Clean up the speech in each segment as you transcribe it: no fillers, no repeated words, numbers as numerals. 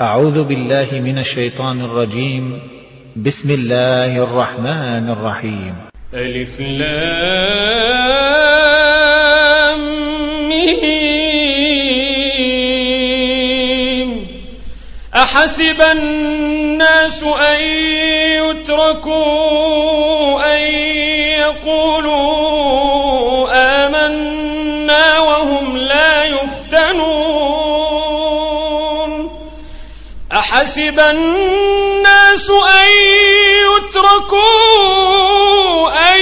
أعوذ بالله من الشيطان الرجيم. بسم الله الرحمن الرحيم. ألف لام ميم. أحسب الناس أن يتركوا أن يقولوا آمنا وهم لا يفتنون. أحسب الناس أن يتركوا أن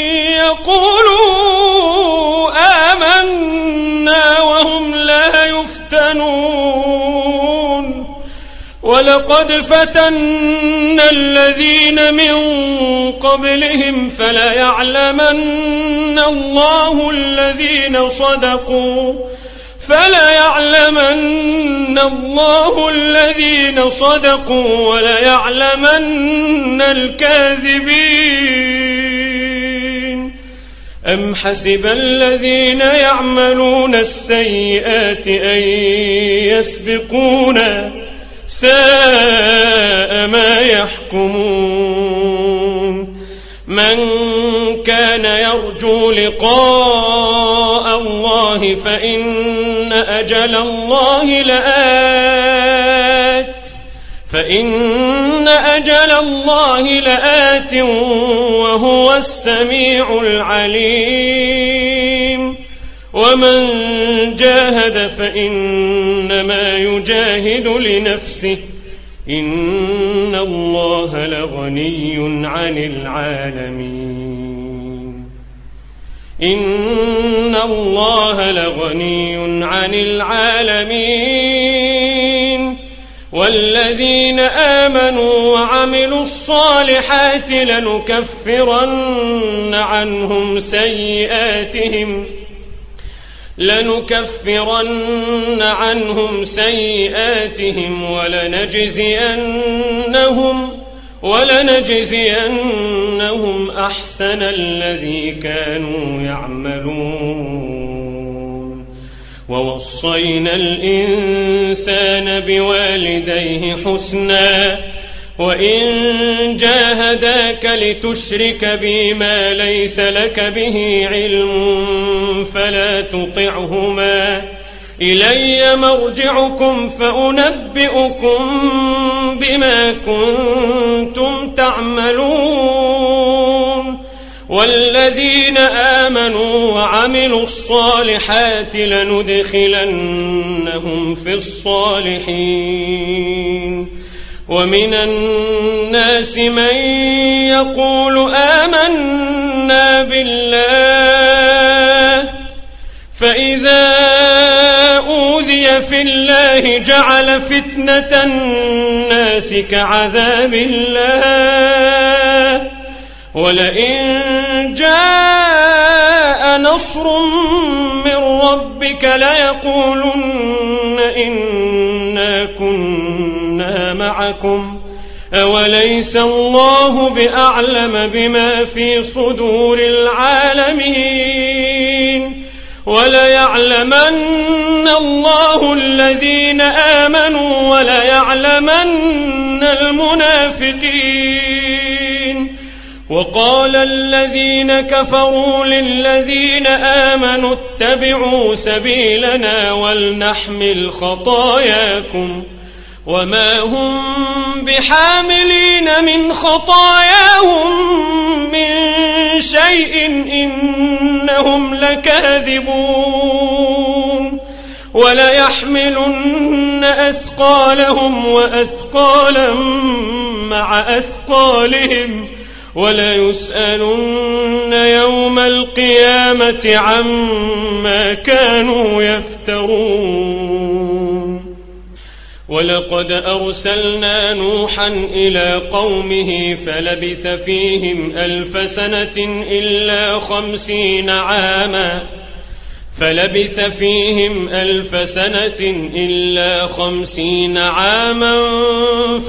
يقولوا آمنا وهم لا يفتنون. ولقد فتنا الذين من قبلهم فليعلمن الله الذين صدقوا وليعلمن الكاذبين. أم حسب الذين يعملون السيئات أن يسبقونا ساء ما يحكمون. من كان يرجو لقاء الله فإن أجل الله لآت وهو السميع العليم. ومن جاهد فإنما يجاهد لنفسه إن الله لغني عن العالمين. والذين آمنوا وعملوا الصالحات لنكفرن عنهم سيئاتهم ولنجزينهم أحسن الذي كانوا يعملون. ووصينا الإنسان بوالديه حسنا وإن جاهداك لتشرك بي ما ليس لك به علم فلا تطعهما. إلي مرجعكم فأنبئكم بما كنتم تعملون. والذين آمنوا وعملوا الصالحات لندخلنهم في الصالحين. ومن الناس من يقول آمنا بالله فإذا أوذي في الله جعل فتنة الناس كعذاب الله. ولئن جاء نصر من ربك ليقولن إنا كنا معكم أوليس الله بأعلم بما في صدور العالمين. وليعلمن الله الذين آمنوا وليعلمن المنافقين. وقال الذين كفروا للذين آمنوا اتبعوا سبيلنا ولنحمل خطاياكم وما هم بحاملين من خطاياهم من شيء إنهم لكاذبون. وليحملن أثقالهم وأثقالا مع أثقالهم وليسألن يوم القيامة عما كانوا يفترون. ولقد أرسلنا نوحا إلى قومه فلبث فيهم 1000 سنة إلا 50 عاما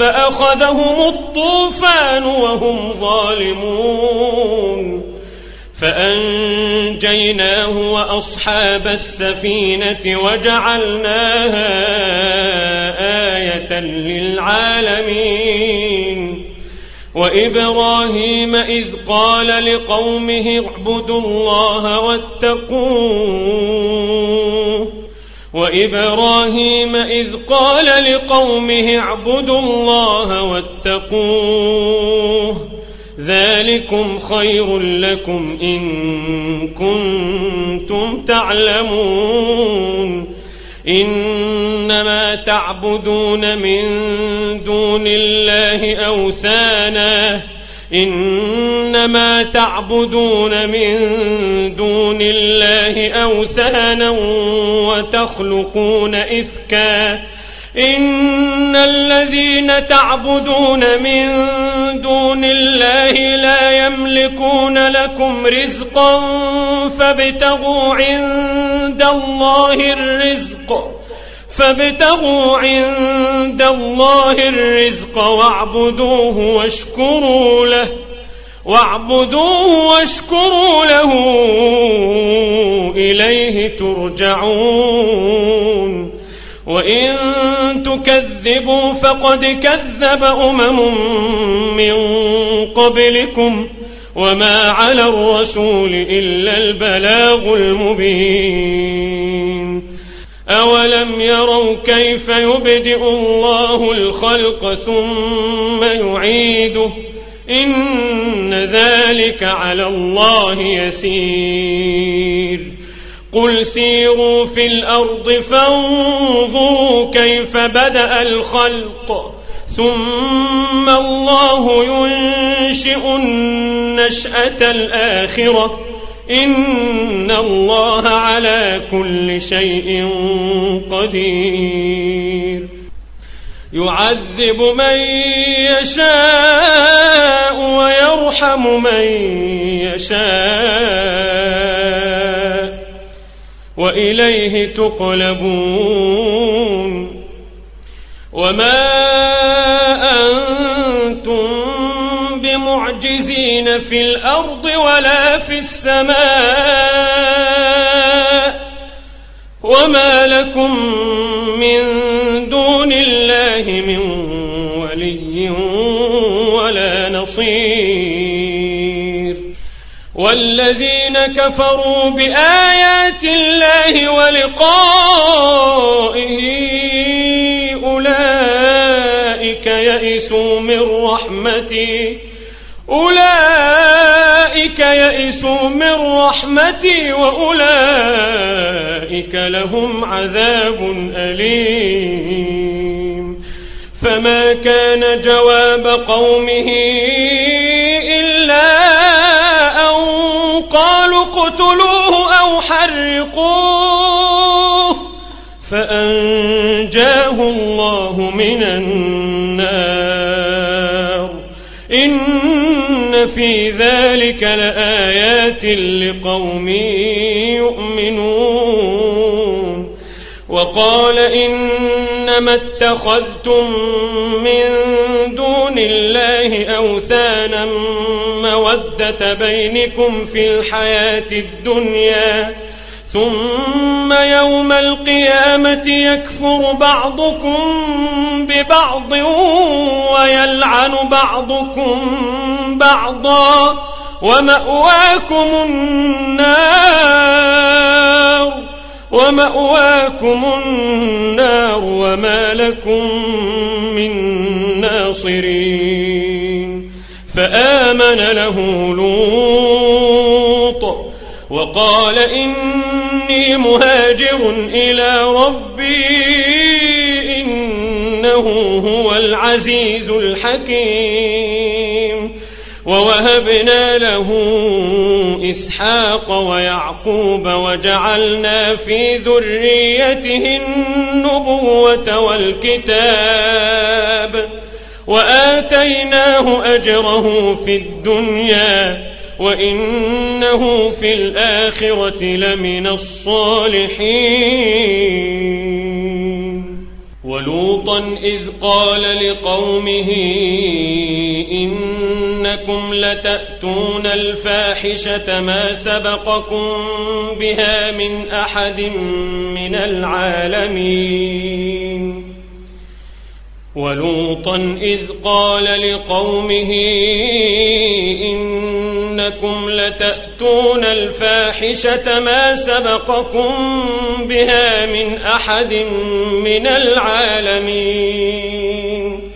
فأخذهم الطوفان وهم ظالمون. فأنجيناه وأصحاب السفينة وجعلناها آية للعالمين وإبراهيم إذ قال لقومه اعبدوا الله واتقوه ذلكم خير لكم إن كنتم تعلمون إنما تعبدون من دون الله أوثانا وتخلقون إفكا إن الذين تعبدون من دون الله لا يملكون لكم رزقا فابتغوا عند الله الرزق واعبدوه واشكروا له إليه ترجعون وإن تكذبوا فقد كذب من قبلكم وما على الرسول إلا البلاغ المبين أولم يروا كيف يبدئ الله الخلق ثم يعيده إن ذلك على الله يسير قل سيروا في الأرض فانظروا كيف بدأ الخلق ثم الله ينشئ النشأة الآخرة إن الله على كل شيء قدير يعذب من يشاء ويرحم من يشاء وإليه تقلبون وما أنتم بمعجزين في الأرض ولا في السماء وما لكم من دون الله من ولي ولا نصير والذين كفروا بآيات الله ولقائه أولئك يئسوا من رحمتي وأولئك لهم عذاب أليم فما كان جواب قومه إلا أن قالوا اقتلوه أو حرقوه فأنجاه الله من النار إن في ذلك لآيات لقوم يؤمنون وقال إنما اتخذتم من دون الله أوثانا مودة بينكم في الحياة الدنيا ثم يوم القيامة يكفر بعضكم ببعض ويلعن بعضكم بعضا ومأواكم النار وما لكم من ناصرين فآمن له لوط وقال إني مهاجر إلى ربي إنه هو العزيز الحكيم ووهبنا له إسحاق ويعقوب وجعلنا في ذريته النبوة والكتاب وآتيناه أجره في الدنيا وإنه في الآخرة لمن الصالحين ولوطا إذ قال لقومه إن إنكم لتأتون الفاحشة ما سبقكم بها من أحد من العالمين ولوطا إذ قال لقومه إنكم لتأتون الفاحشة ما سبقكم بها من أحد من العالمين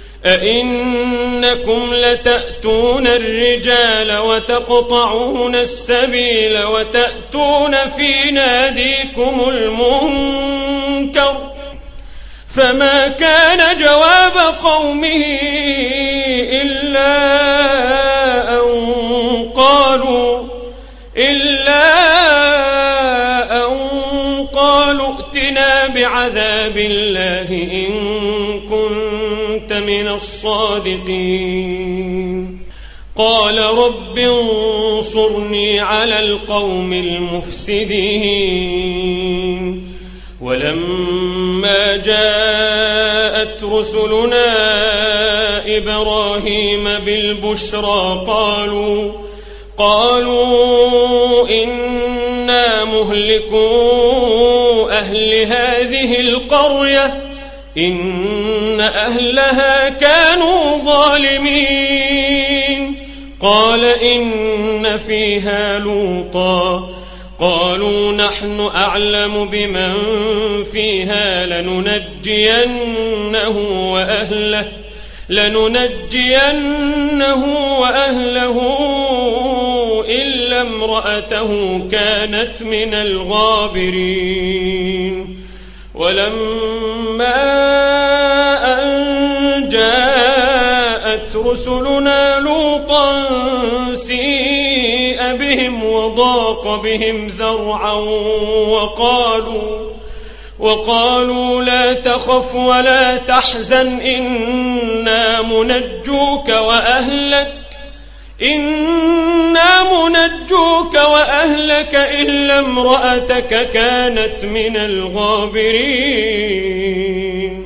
أئنكم لتأتون الرجال وتقطعون السبيل وتأتون في ناديكم المنكر فما كان جواب قومه إلا أن قالوا ائتنا بعذاب الله إن كنت من الصادقين قال رب انصرني على القوم المفسدين ولما جاءت رسلنا إبراهيم بالبشرى قالوا إنا مهلكو أهل هذه القرية إن أهلها كانوا ظالمين قال إن فيها لوطا قالوا نحن أعلم بمن فيها لننجينه وأهله إلا امرأته كانت من الغابرين ولما أن جاءت رسلنا لوطا سيء بهم وضاق بهم ذرعا وقالوا لا تخف ولا تحزن إنا منجوك وأهلك إلا امرأتك كانت من الغابرين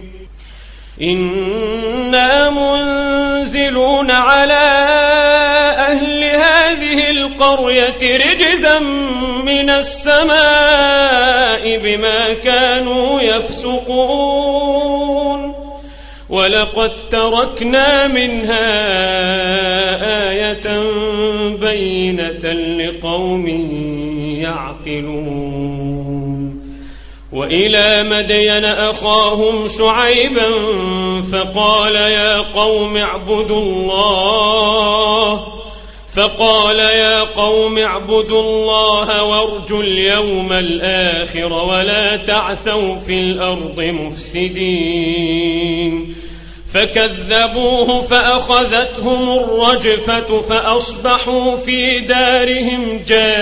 إنا منزلون على أهل هذه القرية رجزا من السماء بما كانوا يفسقون ولقد تركنا منها آية بينة لقوم يعقلون وإلى مدين أخاهم شعيبا فقال يا قوم اعبدوا الله وارجوا اليوم الآخر ولا تعثوا في الأرض مفسدين فكذبوه فأخذتهم الرجفة فأصبحوا في دارهم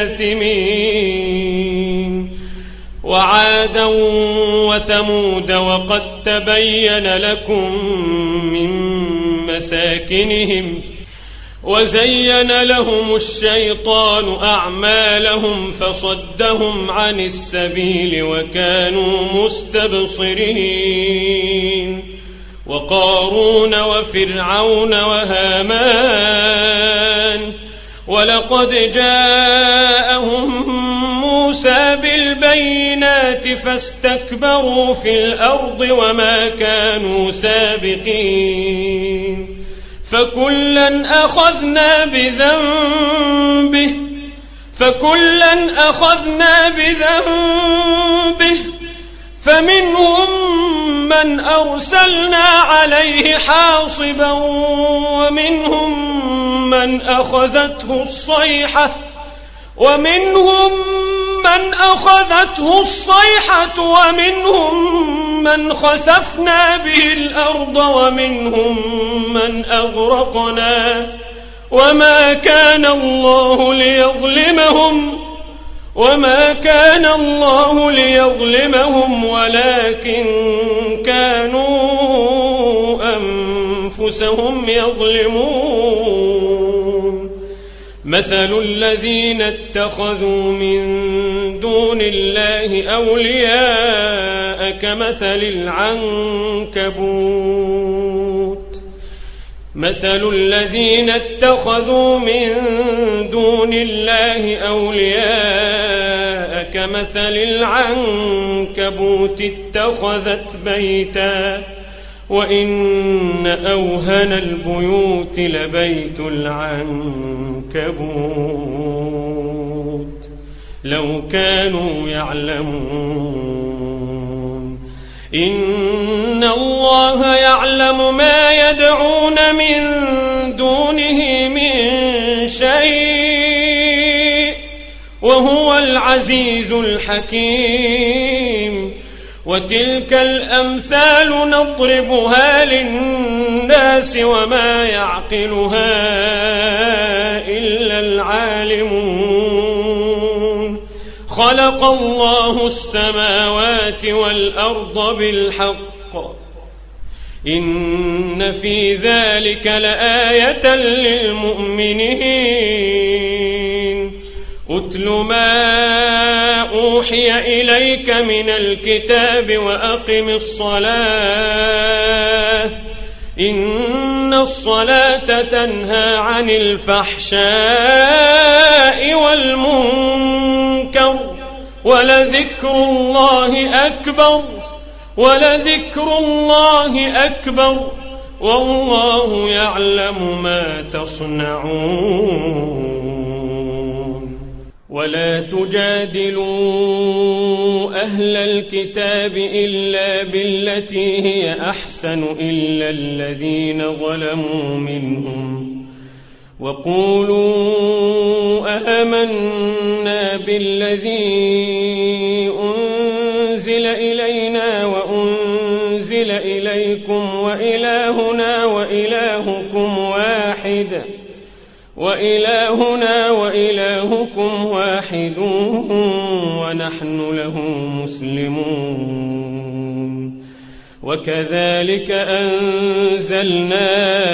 جاثمين وعادا وثمود وقد تبين لكم من مساكنهم وزين لهم الشيطان أعمالهم فصدهم عن السبيل وكانوا مستبصرين وقارون وفرعون وهامان ولقد جاءهم موسى بالبينات فاستكبروا في الأرض وما كانوا سابقين فكلا أخذنا بذنبه فمنهم من أرسلنا عليه حاصبا ومنهم من أخذته الصيحة ومنهم من خسفنا به الأرض ومنهم من أغرقنا وما كان الله ليظلمهم ولكن كانوا أنفسهم يظلمون مثل الذين اتخذوا من دون الله أولياء كمثل العنكبوت مثل الذين اتخذوا من دون الله أولياء كمثل العنكبوت اتخذت بيتا وإن أوهن البيوت لبيت العنكبوت لو كانوا يعلمون إن الله يعلم ما يدعون من دونه من شيء وهو العزيز الحكيم وتلك الأمثال نضربها للناس وما يعقلها إلا العالمون خلق الله السماوات والأرض بالحق إن في ذلك لآية للمؤمنين أتل ما أوحي إليك من الكتاب وأقم الصلاة إن الصلاة تنهى عن الفحشاء والمنكر ولذكر الله أكبر والله يعلم ما تصنعون ولا تجادلوا أهل الكتاب إلا بالتي هي أحسن إلا الذين ظلموا منهم وقولوا آمنا بالذي أنزل إلينا وأنزل إليكم وإلهنا وإلهكم واحد ونحن له مسلمون وكذلك أنزلنا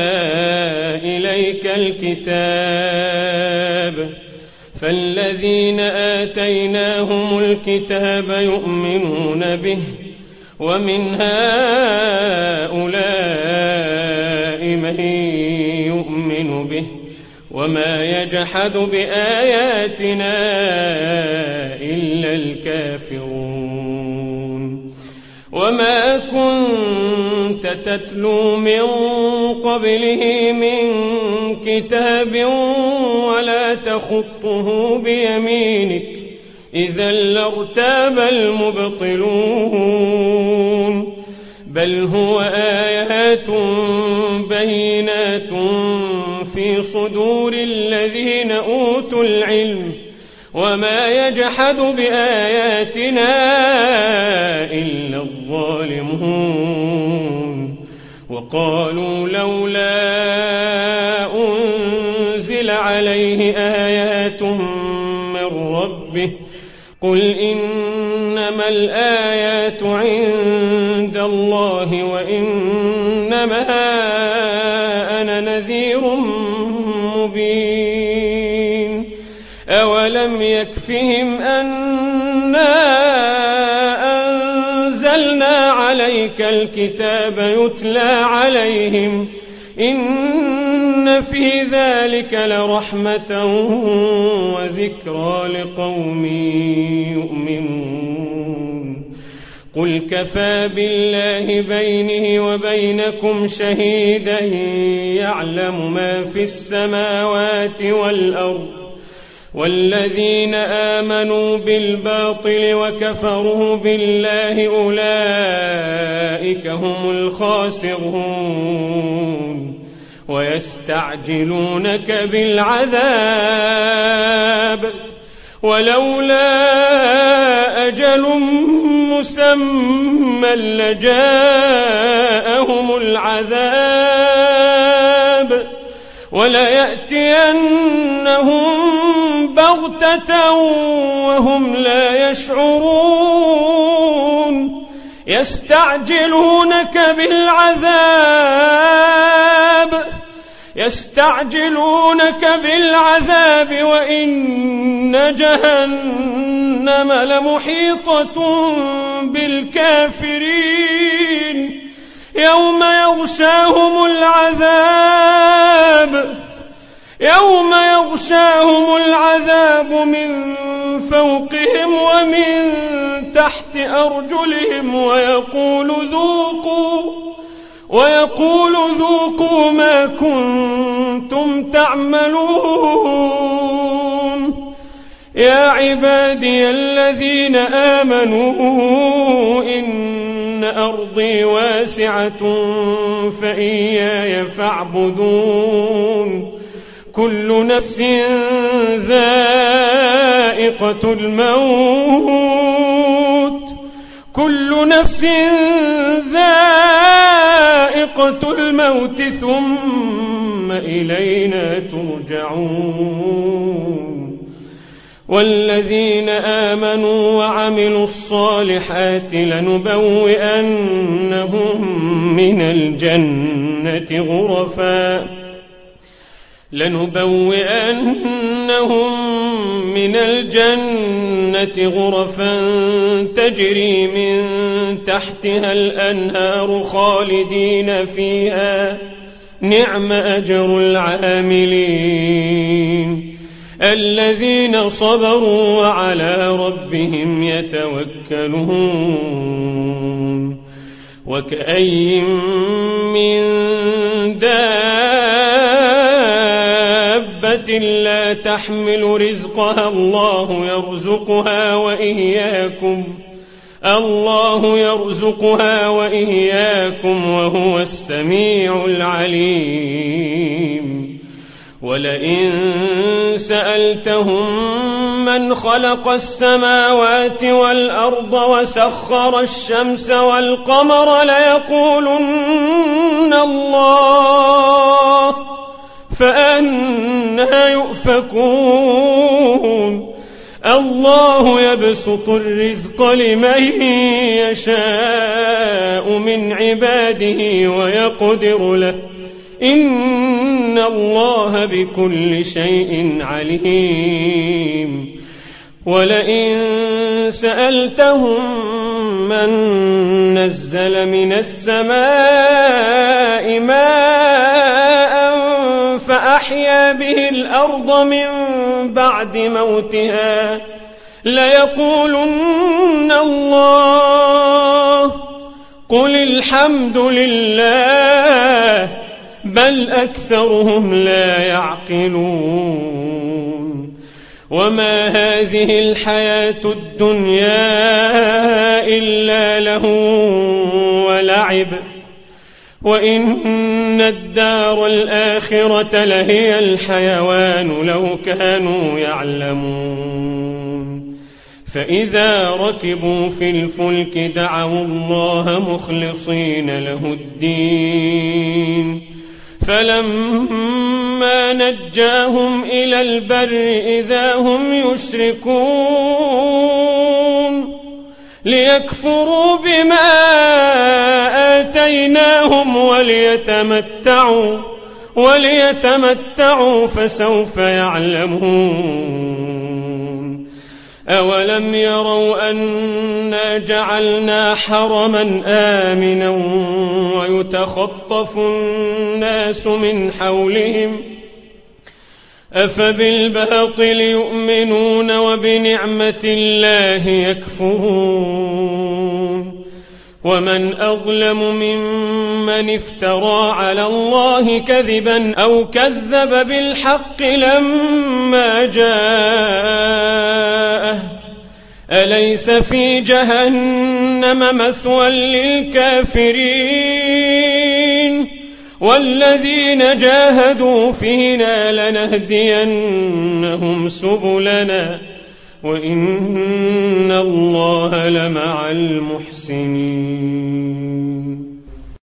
إليك الكتاب فالذين آتيناهم الكتاب يؤمنون به ومن هؤلاء من يؤمن به وما يجحد بآياتنا إلا الكافرون وما كنت تتلو من قبله من كتاب ولا تخطه بيمينك إذا لارتاب المبطلون بل هو آيات بينات في صدور الذين أوتوا العلم وما يجحد بآياتنا إلا الظالمون وقالوا لولا أنزل عليه آيات من ربه قل إنما الآيات عند الله وإنما أنا نذير مبين أولم يكفهم أنا أنزلنا عليك الكتاب يتلى عليهم إن في ذلك لرحمة وذكرى لقوم يؤمنون قل كفى بالله بيني وبينكم شهيدا يعلم ما في السماوات والأرض والذين آمنوا بالباطل وكفروا بالله أولئك هم الخاسرون ويستعجلونك بالعذاب ولولا أجل مسمى لجاءهم العذاب وليأتينهم بغتة وهم لا يشعرون يستعجلونك بالعذاب وإن جهنم لمحيطة بالكافرين يوم يغشاهم العذاب يوم يغشاهم العذاب من فوقهم ومن تحت أرجلهم ويقول ذوقوا ما كنتم تعملون. يا عبادي الذين آمنوا إن أرضي واسعة فإياي فاعبدون. كل نفس ذائقة الموت ثم إلينا ترجعون. والذين آمنوا وعملوا الصالحات لنبوئنهم من الجنة غرفا تجري من تحتها الأنهار خالدين فيها نعم أجر العاملين الذين صبروا وعلى ربهم يتوكلون. وكأي من دابة لا تحمل رزقها الله يرزقها وإياكم وهو السميع العليم. ولئن سألتهم من خلق السماوات والأرض وسخر الشمس والقمر ليقولن الله فأنى يؤفكون. الله يبسط الرزق لمن يشاء من عباده ويقدر له إن الله بكل شيء عليم. ولئن سألتهم من نزل من السماء ماء فأحيا به الأرض من بعد موتها ليقولن الله قل الحمد لله بل أكثرهم لا يعقلون. وما هذه الحياة الدنيا إلا لهو ولعب وإن الدار الآخرة لهي الحيوان لو كانوا يعلمون. فإذا ركبوا في الفلك دعوا الله مخلصين له الدين فلما نجاهم إلى البر إذا هم يشركون ليكفروا بما آتيناهم وليتمتعوا فسوف يعلمون. أولم يروا أنا جعلنا حرما آمنا ويتخطف الناس من حولهم أفبالباطل يؤمنون وبنعمة الله يكفرون. ومن أظلم ممن افترى على الله كذبا أو كذب بالحق لما جاءه أليس في جهنم مثوى للكافرين والذين جاهدوا فينا لنهدينهم سبلنا وإن الله لمع المحسنين.